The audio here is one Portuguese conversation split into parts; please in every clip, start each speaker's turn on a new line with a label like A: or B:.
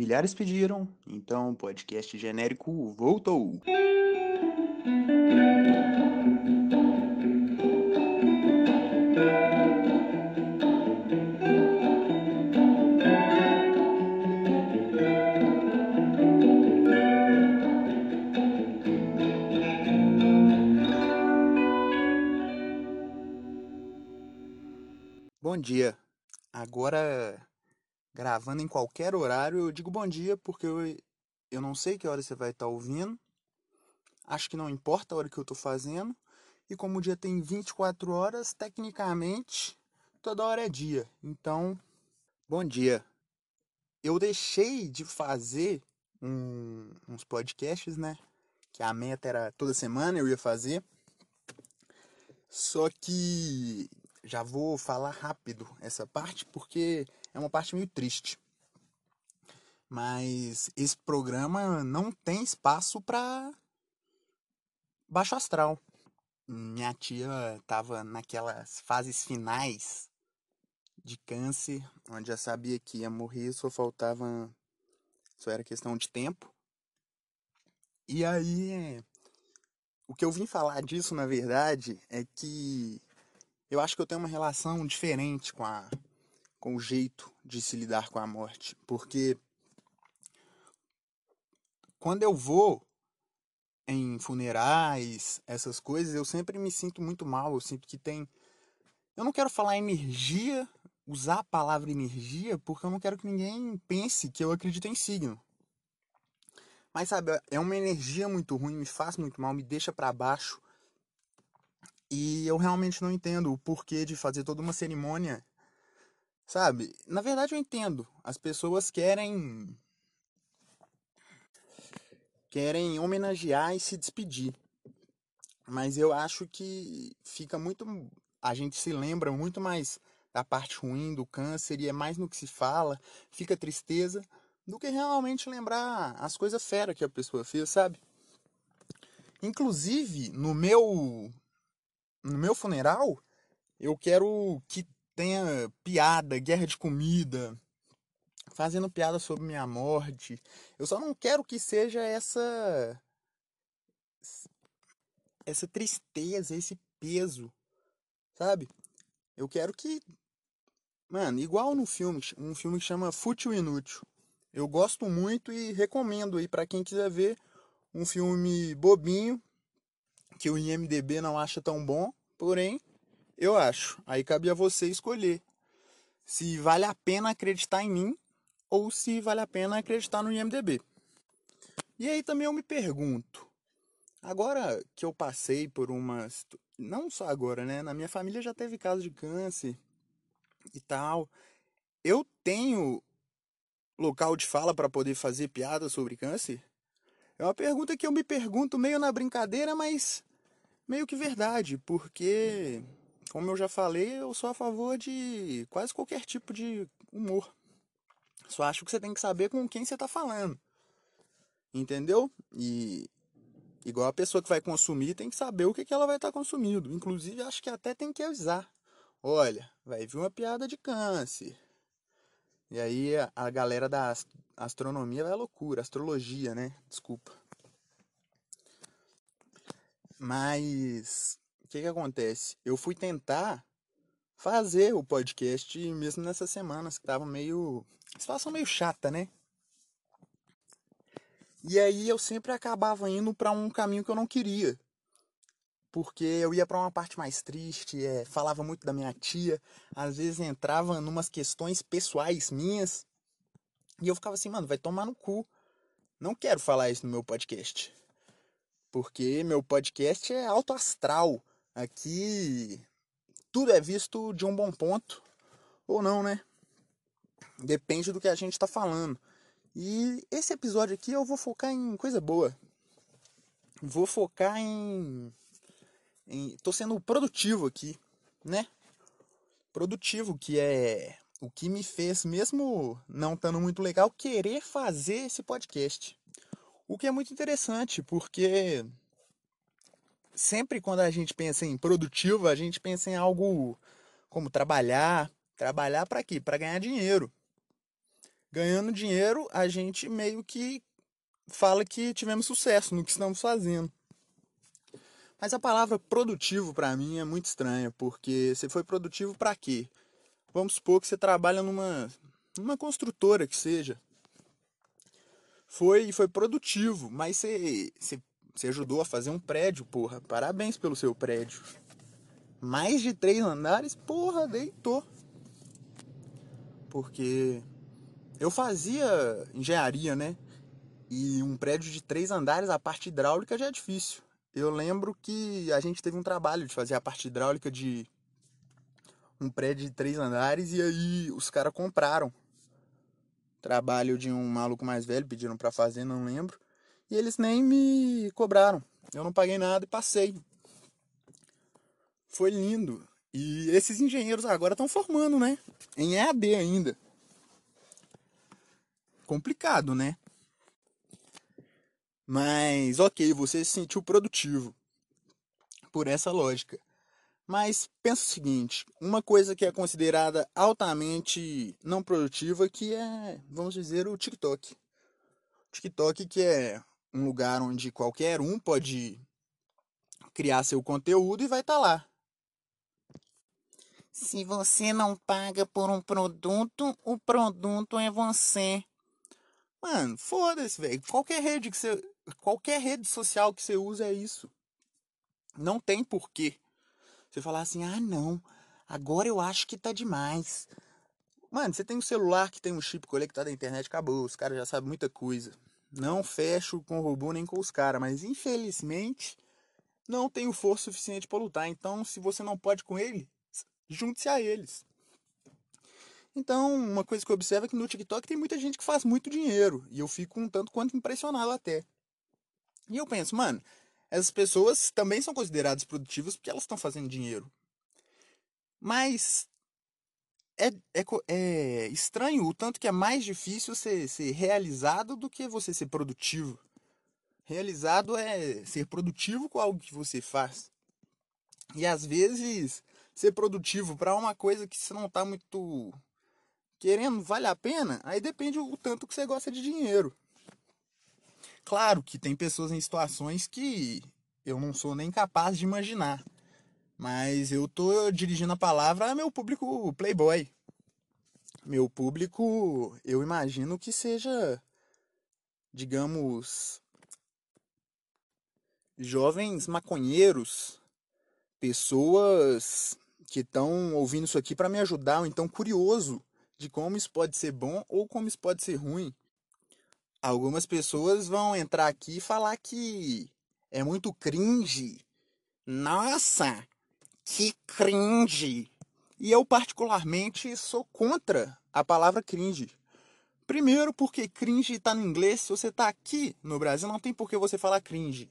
A: milhares pediram, então o podcast genérico voltou. Bom dia. Agora, gravando em qualquer horário, eu digo bom dia porque eu não sei que hora você vai estar ouvindo. Acho que não importa a hora que eu estou fazendo. E como o dia tem 24 horas, tecnicamente, toda hora é dia. Então, bom dia. Eu deixei de fazer uns podcasts, né? Que a meta era toda semana eu ia fazer. Só que já vou falar rápido essa parte porque é uma parte meio triste. Mas esse programa não tem espaço para baixo astral. Minha tia estava naquelas fases finais de câncer, onde já sabia que ia morrer, só era questão de tempo. E aí, o que eu vim falar disso, na verdade, é que eu acho que eu tenho uma relação diferente com o jeito de se lidar com a morte. Porque quando eu vou em funerais, essas coisas, eu sempre me sinto muito mal. Eu sinto que tem. Eu não quero falar energia, usar a palavra energia, porque eu não quero que ninguém pense que eu acredito em signo. Mas sabe, é uma energia muito ruim, me faz muito mal, me deixa pra baixo. E eu realmente não entendo o porquê de fazer toda uma cerimônia. Sabe? Na verdade eu entendo. As pessoas querem homenagear e se despedir. Mas eu acho que fica muito. A gente se lembra muito mais da parte ruim do câncer e é mais no que se fala, fica tristeza, do que realmente lembrar as coisas fera que a pessoa fez, sabe? Inclusive, no meu funeral, eu quero que tenha piada, guerra de comida, fazendo piada sobre minha morte. Eu só não quero que seja essa tristeza, esse peso, sabe? Eu quero que, mano, igual no filme, um filme que chama Fútil e Inútil. Eu gosto muito e recomendo aí pra quem quiser ver um filme bobinho que o IMDb não acha tão bom, porém eu acho. Aí cabe a você escolher se vale a pena acreditar em mim ou se vale a pena acreditar no IMDb. E aí também eu me pergunto, agora que eu passei por umas. Não só agora, né? Na minha família já teve caso de câncer e tal. Eu tenho local de fala para poder fazer piada sobre câncer? É uma pergunta que eu me pergunto meio na brincadeira, mas meio que verdade, porque, como eu já falei, eu sou a favor de quase qualquer tipo de humor. Só acho que você tem que saber com quem você está falando, entendeu? E igual a pessoa que vai consumir tem que saber o que que ela vai estar consumindo. Inclusive, acho que até tem que avisar. Olha, vai vir uma piada de câncer. E aí a galera da astronomia vai à loucura, astrologia, né? Desculpa. Mas o que que acontece? Eu fui tentar fazer o podcast mesmo nessas semanas que tava meio situação meio chata, né? E aí eu sempre acabava indo para um caminho que eu não queria, porque eu ia para uma parte mais triste, falava muito da minha tia, às vezes entrava numas questões pessoais minhas, e eu ficava assim, mano, vai tomar no cu. Não quero falar isso no meu podcast, porque meu podcast é alto astral. Aqui tudo é visto de um bom ponto ou não, né? Depende do que a gente está falando. E esse episódio aqui eu vou focar em coisa boa. Vou focar tô sendo produtivo aqui, né? Produtivo, que é o que me fez, mesmo não estando muito legal, querer fazer esse podcast. O que é muito interessante, porque sempre quando a gente pensa em produtivo, a gente pensa em algo como trabalhar. Trabalhar para quê? Para ganhar dinheiro. Ganhando dinheiro, a gente meio que fala que tivemos sucesso no que estamos fazendo. Mas a palavra produtivo para mim é muito estranha, porque você foi produtivo para quê? Vamos supor que você trabalha numa construtora que seja. Foi produtivo, mas você ajudou a fazer um prédio, porra. Parabéns pelo seu prédio. Mais de 3 andares, porra, deitou. Porque eu fazia engenharia, né? E um prédio de 3 andares, a parte hidráulica já é difícil. Eu lembro que a gente teve um trabalho de fazer a parte hidráulica de um prédio de 3 andares e aí os caras compraram. Trabalho de um maluco mais velho, pediram pra fazer, não lembro. E eles nem me cobraram. Eu não paguei nada e passei. Foi lindo. E esses engenheiros agora estão formando, né? Em EAD ainda. Complicado, né? Mas, ok, você se sentiu produtivo por essa lógica. Mas pensa o seguinte, uma coisa que é considerada altamente não produtiva que é, vamos dizer, o TikTok. TikTok que é um lugar onde qualquer um pode criar seu conteúdo e vai estar lá. Se você não paga por um produto, o produto é você. Mano, foda-se, velho. Qualquer rede social que você usa é isso. Não tem porquê. Você falar assim: "Ah, não. Agora eu acho que tá demais". Mano, você tem um celular que tem um chip conectado à internet, acabou. Os caras já sabem muita coisa. Não fecho com o robô nem com os caras, mas infelizmente não tenho força suficiente pra lutar. Então, se você não pode com ele, junte-se a eles. Então, uma coisa que eu observo é que no TikTok tem muita gente que faz muito dinheiro. E eu fico um tanto quanto impressionado até. E eu penso, mano, essas pessoas também são consideradas produtivas porque elas estão fazendo dinheiro. Mas é estranho o tanto que é mais difícil ser realizado do que você ser produtivo. Realizado é ser produtivo com algo que você faz. E às vezes, ser produtivo para uma coisa que você não está muito querendo, vale a pena? Aí depende o tanto que você gosta de dinheiro. Claro que tem pessoas em situações que eu não sou nem capaz de imaginar. Mas eu tô dirigindo a palavra a meu público playboy. Meu público, eu imagino que seja, digamos, jovens maconheiros, pessoas que estão ouvindo isso aqui para me ajudar, ou então curioso de como isso pode ser bom ou como isso pode ser ruim. Algumas pessoas vão entrar aqui e falar que é muito cringe. Nossa, que cringe! E eu, particularmente, sou contra a palavra cringe. Primeiro, porque cringe está no inglês. Se você está aqui no Brasil, não tem por que você falar cringe.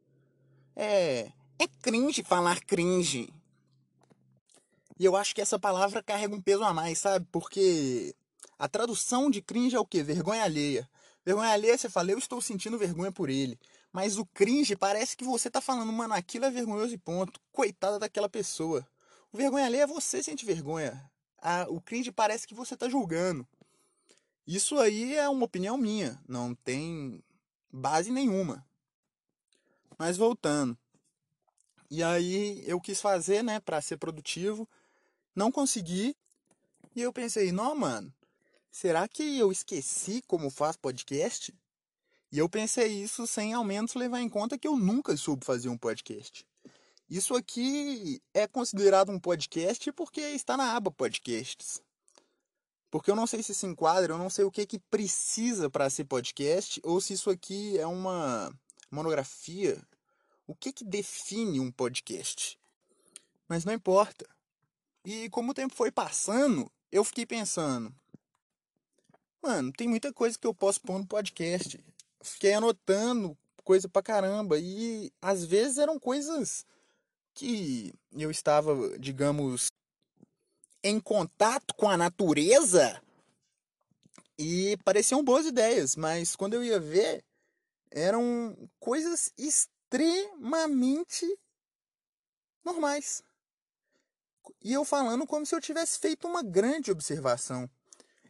A: É cringe falar cringe. E eu acho que essa palavra carrega um peso a mais, sabe? Porque a tradução de cringe é o quê? Vergonha alheia. Vergonha alheia, você fala, eu estou sentindo vergonha por ele. Mas o cringe parece que você tá falando, mano, aquilo é vergonhoso e ponto. Coitada daquela pessoa. O vergonha alheia é você sente vergonha. O cringe parece que você tá julgando. Isso aí é uma opinião minha. Não tem base nenhuma. Mas voltando. E aí eu quis fazer, né, pra ser produtivo. Não consegui. E eu pensei, não, mano, será que eu esqueci como faz podcast? E eu pensei isso sem ao menos levar em conta que eu nunca soube fazer um podcast. Isso aqui é considerado um podcast porque está na aba podcasts. Porque eu não sei se enquadra, eu não sei o que que precisa para ser podcast ou se isso aqui é uma monografia. O que que define um podcast? Mas não importa. E como o tempo foi passando, eu fiquei pensando, mano, tem muita coisa que eu posso pôr no podcast. Fiquei anotando coisa pra caramba. E às vezes eram coisas que eu estava, digamos, em contato com a natureza e pareciam boas ideias, mas quando eu ia ver, eram coisas extremamente normais. E eu falando como se eu tivesse feito uma grande observação.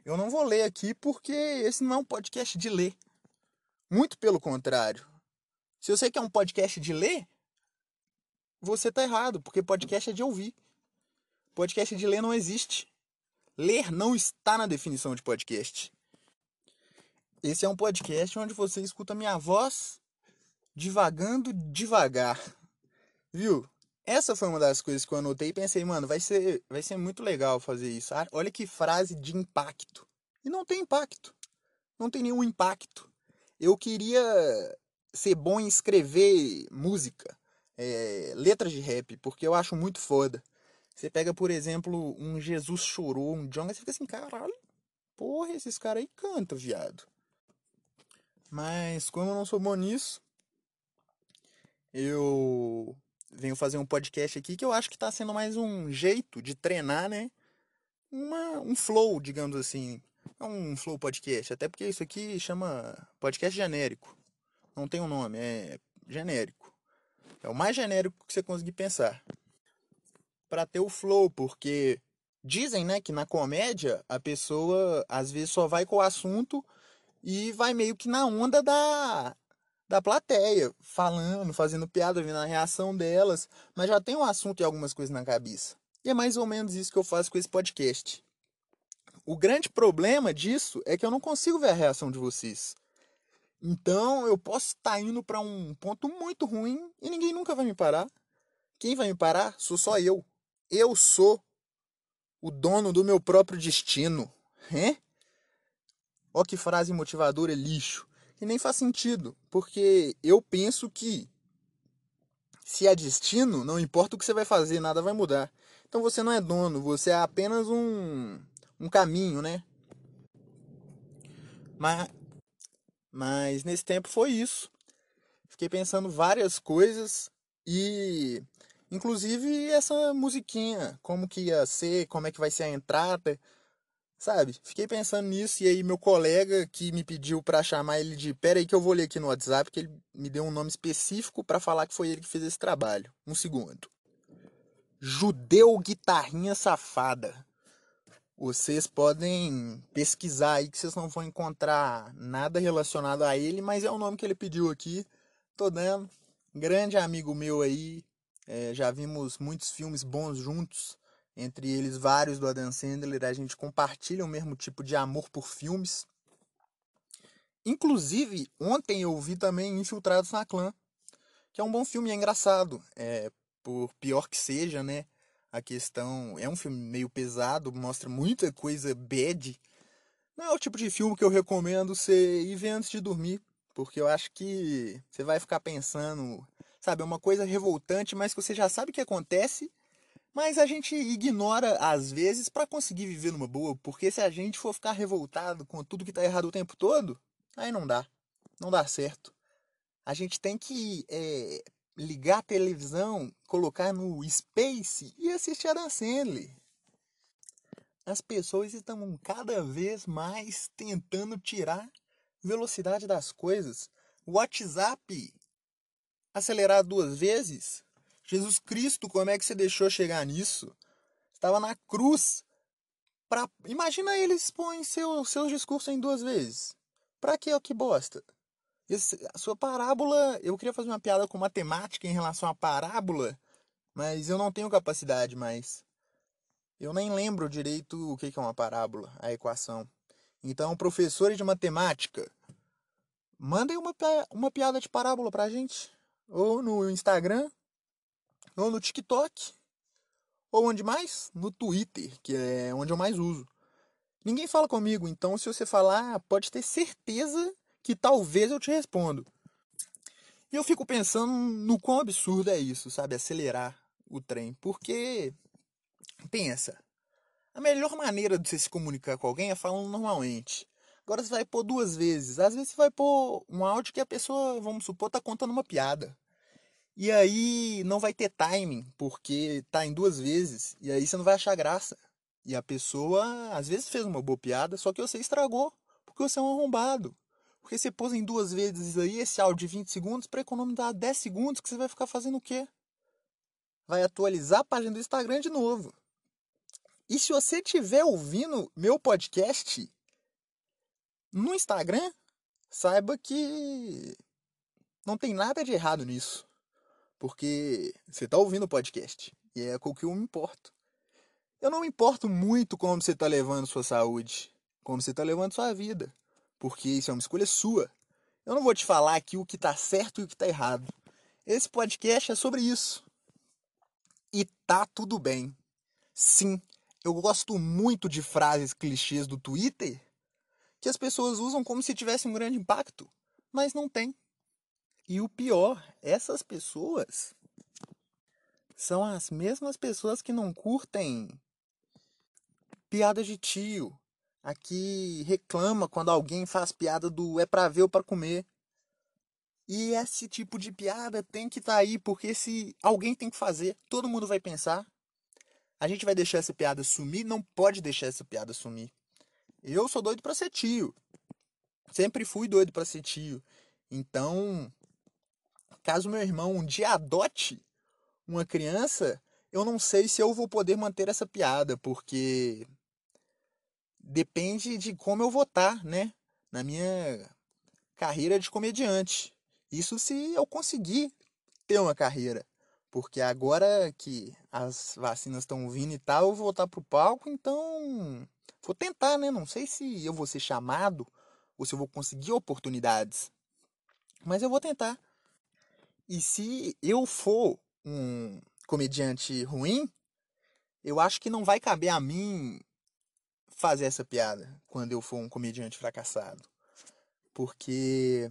A: Eu não vou ler aqui porque esse não é um podcast de ler. Muito pelo contrário. Se você quer um podcast de ler, você tá errado, porque podcast é de ouvir. Podcast de ler não existe. Ler não está na definição de podcast. Esse é um podcast onde você escuta minha voz divagando devagar. Viu? Essa foi uma das coisas que eu anotei e pensei, mano, vai ser muito legal fazer isso. Ah, olha que frase de impacto. E não tem impacto. Não tem nenhum impacto. Eu queria ser bom em escrever música, letras de rap, porque eu acho muito foda. Você pega, por exemplo, um Jesus Chorou, um Djonga, você fica assim, caralho, porra, esses caras aí cantam, viado. Mas como eu não sou bom nisso, eu venho fazer um podcast aqui que eu acho que tá sendo mais um jeito de treinar, né? Um flow, digamos assim. Não um flow podcast, até porque isso aqui chama podcast genérico. Não tem um nome, é genérico. É o mais genérico que você conseguir pensar. Pra ter o flow, porque dizem, né, que na comédia a pessoa às vezes só vai com o assunto e vai meio que na onda da plateia, falando, fazendo piada, vendo a reação delas, mas já tem um assunto e algumas coisas na cabeça. E é mais ou menos isso que eu faço com esse podcast. O grande problema disso é que eu não consigo ver a reação de vocês. Então eu posso estar indo para um ponto muito ruim e ninguém nunca vai me parar. Quem vai me parar sou só eu. Eu sou o dono do meu próprio destino. Hein? Ó que frase motivadora lixo. E nem faz sentido, porque eu penso que se é destino, não importa o que você vai fazer, nada vai mudar. Então você não é dono, você é apenas um caminho, né? Mas, mas nesse tempo foi isso. Fiquei pensando várias coisas e inclusive essa musiquinha, como que ia ser, como é que vai ser a entrada, sabe? Fiquei pensando nisso e aí meu colega que me pediu pra chamar ele de, pera aí que eu vou ler aqui no WhatsApp, que ele me deu um nome específico pra falar que foi ele que fez esse trabalho. Um segundo. Judeu Guitarrinha Safada. Vocês podem pesquisar aí que vocês não vão encontrar nada relacionado a ele, mas é o nome que ele pediu aqui. Tô dando. Grande amigo meu aí. Já vimos muitos filmes bons juntos. Entre eles vários do Adam Sandler. A gente compartilha o mesmo tipo de amor por filmes. Inclusive, ontem eu vi também Infiltrados na Clã, que é um bom filme, é engraçado. Por pior que seja, né? A questão é um filme meio pesado, mostra muita coisa bad. Não é o tipo de filme que eu recomendo você ir ver antes de dormir, porque eu acho que você vai ficar pensando, sabe, é uma coisa revoltante, mas que você já sabe o que acontece, mas a gente ignora às vezes pra conseguir viver numa boa, porque se a gente for ficar revoltado com tudo que tá errado o tempo todo, aí não dá, não dá certo. A gente tem que ligar a televisão, colocar no Space e assistir a Dan Sandler. As pessoas estão cada vez mais tentando tirar velocidade das coisas. O WhatsApp acelerar 2 vezes? Jesus Cristo, como é que você deixou chegar nisso? Estava na cruz. Imagina eles põem seus discursos em 2 vezes. Pra quê? Ó, que bosta. A sua parábola, eu queria fazer uma piada com matemática em relação à parábola, mas eu não tenho capacidade mais. Eu nem lembro direito o que é uma parábola, a equação. Então, professores de matemática, mandem uma piada de parábola pra gente. Ou no Instagram, ou no TikTok, ou onde mais? No Twitter, que é onde eu mais uso. Ninguém fala comigo, então se você falar, pode ter certeza que talvez eu te respondo. E eu fico pensando no quão absurdo é isso, sabe? Acelerar o trem. Porque, pensa, a melhor maneira de você se comunicar com alguém é falando normalmente. Agora você vai pôr 2 vezes. Às vezes você vai pôr um áudio que a pessoa, vamos supor, tá contando uma piada. E aí não vai ter timing, porque tá em 2 vezes. E aí você não vai achar graça. E a pessoa, às vezes, fez uma boa piada, só que você estragou. Porque você é um arrombado. Porque você pôs em 2 vezes aí esse áudio de 20 segundos para economizar 10 segundos que você vai ficar fazendo o quê? Vai atualizar a página do Instagram de novo. E se você estiver ouvindo meu podcast, No Instagram, saiba que não tem nada de errado nisso, porque você tá ouvindo o podcast e é com o que eu me importo. Eu não me importo muito como você tá levando sua saúde, como você tá levando sua vida, porque isso é uma escolha sua. Eu não vou te falar aqui o que tá certo e o que tá errado. Esse podcast é sobre isso. E tá tudo bem. Sim, eu gosto muito de frases clichês do Twitter que as pessoas usam como se tivesse um grande impacto, mas não tem. E o pior, essas pessoas são as mesmas pessoas que não curtem piadas de tio. Aqui reclama quando alguém faz piada do é pra ver ou pra comer. E esse tipo de piada tem que estar aí, porque se alguém tem que fazer, todo mundo vai pensar. A gente vai deixar essa piada sumir? Não pode deixar essa piada sumir. Eu sou doido pra ser tio. Sempre fui doido pra ser tio. Então, caso meu irmão um dia adote uma criança, eu não sei se eu vou poder manter essa piada, porque depende de como eu votar, né? Na minha carreira de comediante. Isso se eu conseguir ter uma carreira. Porque agora que as vacinas estão vindo e tal, eu vou voltar pro palco, então vou tentar, né? Não sei se eu vou ser chamado ou se eu vou conseguir oportunidades, mas eu vou tentar. E se eu for um comediante ruim, eu acho que não vai caber a mim fazer essa piada quando eu for um comediante fracassado. Porque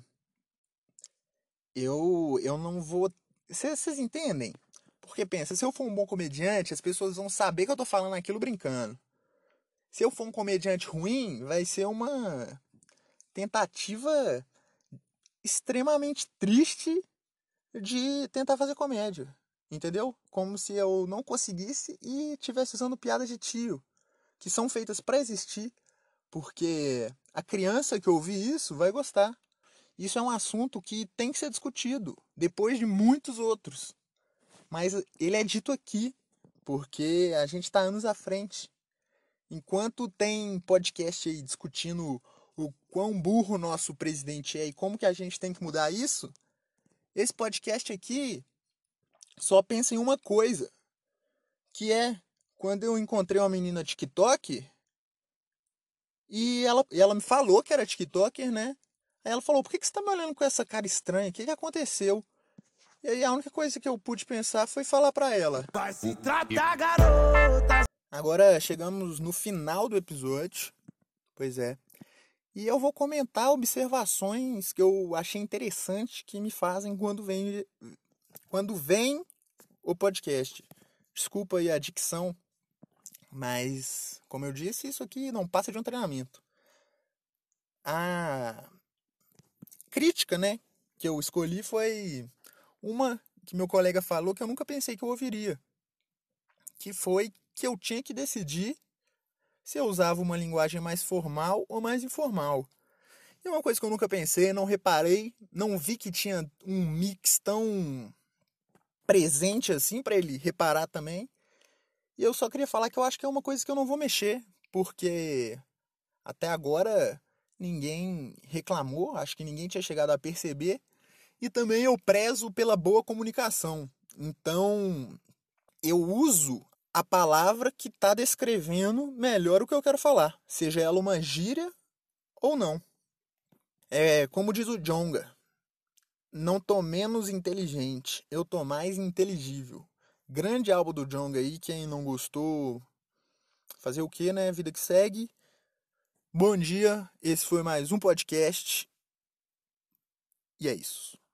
A: eu não vou. Vocês entendem? Porque pensa, se eu for um bom comediante, as pessoas vão saber que eu tô falando aquilo brincando. Se eu for um comediante ruim, vai ser uma tentativa extremamente triste de tentar fazer comédia. Entendeu? Como se eu não conseguisse e estivesse usando piadas de tio, que são feitas para existir, porque a criança que ouvir isso vai gostar. Isso é um assunto que tem que ser discutido, depois de muitos outros. Mas ele é dito aqui, porque a gente está anos à frente. Enquanto tem podcast aí discutindo o quão burro o nosso presidente é e como que a gente tem que mudar isso, esse podcast aqui só pensa em uma coisa, que é quando eu encontrei uma menina TikTok e ela me falou que era TikToker, né? Aí ela falou, por que você tá me olhando com essa cara estranha? O que aconteceu? E aí a única coisa que eu pude pensar foi falar pra ela.
B: Vai se tratar, garota.
A: Agora chegamos no final do episódio. Pois é. E eu vou comentar observações que eu achei interessante que me fazem quando vem o podcast. Desculpa aí a dicção, mas como eu disse, isso aqui não passa de um treinamento. A crítica, né, que eu escolhi foi uma que meu colega falou que eu nunca pensei que eu ouviria, que foi que eu tinha que decidir se eu usava uma linguagem mais formal ou mais informal. E uma coisa que eu nunca pensei, não reparei, não vi que tinha um mix tão presente assim para ele reparar também. E eu só queria falar que eu acho que é uma coisa que eu não vou mexer, porque até agora ninguém reclamou, acho que ninguém tinha chegado a perceber. E também eu prezo pela boa comunicação. Então, eu uso a palavra que está descrevendo melhor o que eu quero falar, seja ela uma gíria ou não. É como diz o Djonga, não tô menos inteligente, eu tô mais inteligível. Grande álbum do Djonga aí, quem não gostou, fazer o que, né? Vida que segue. Bom dia, esse foi mais um podcast e é isso.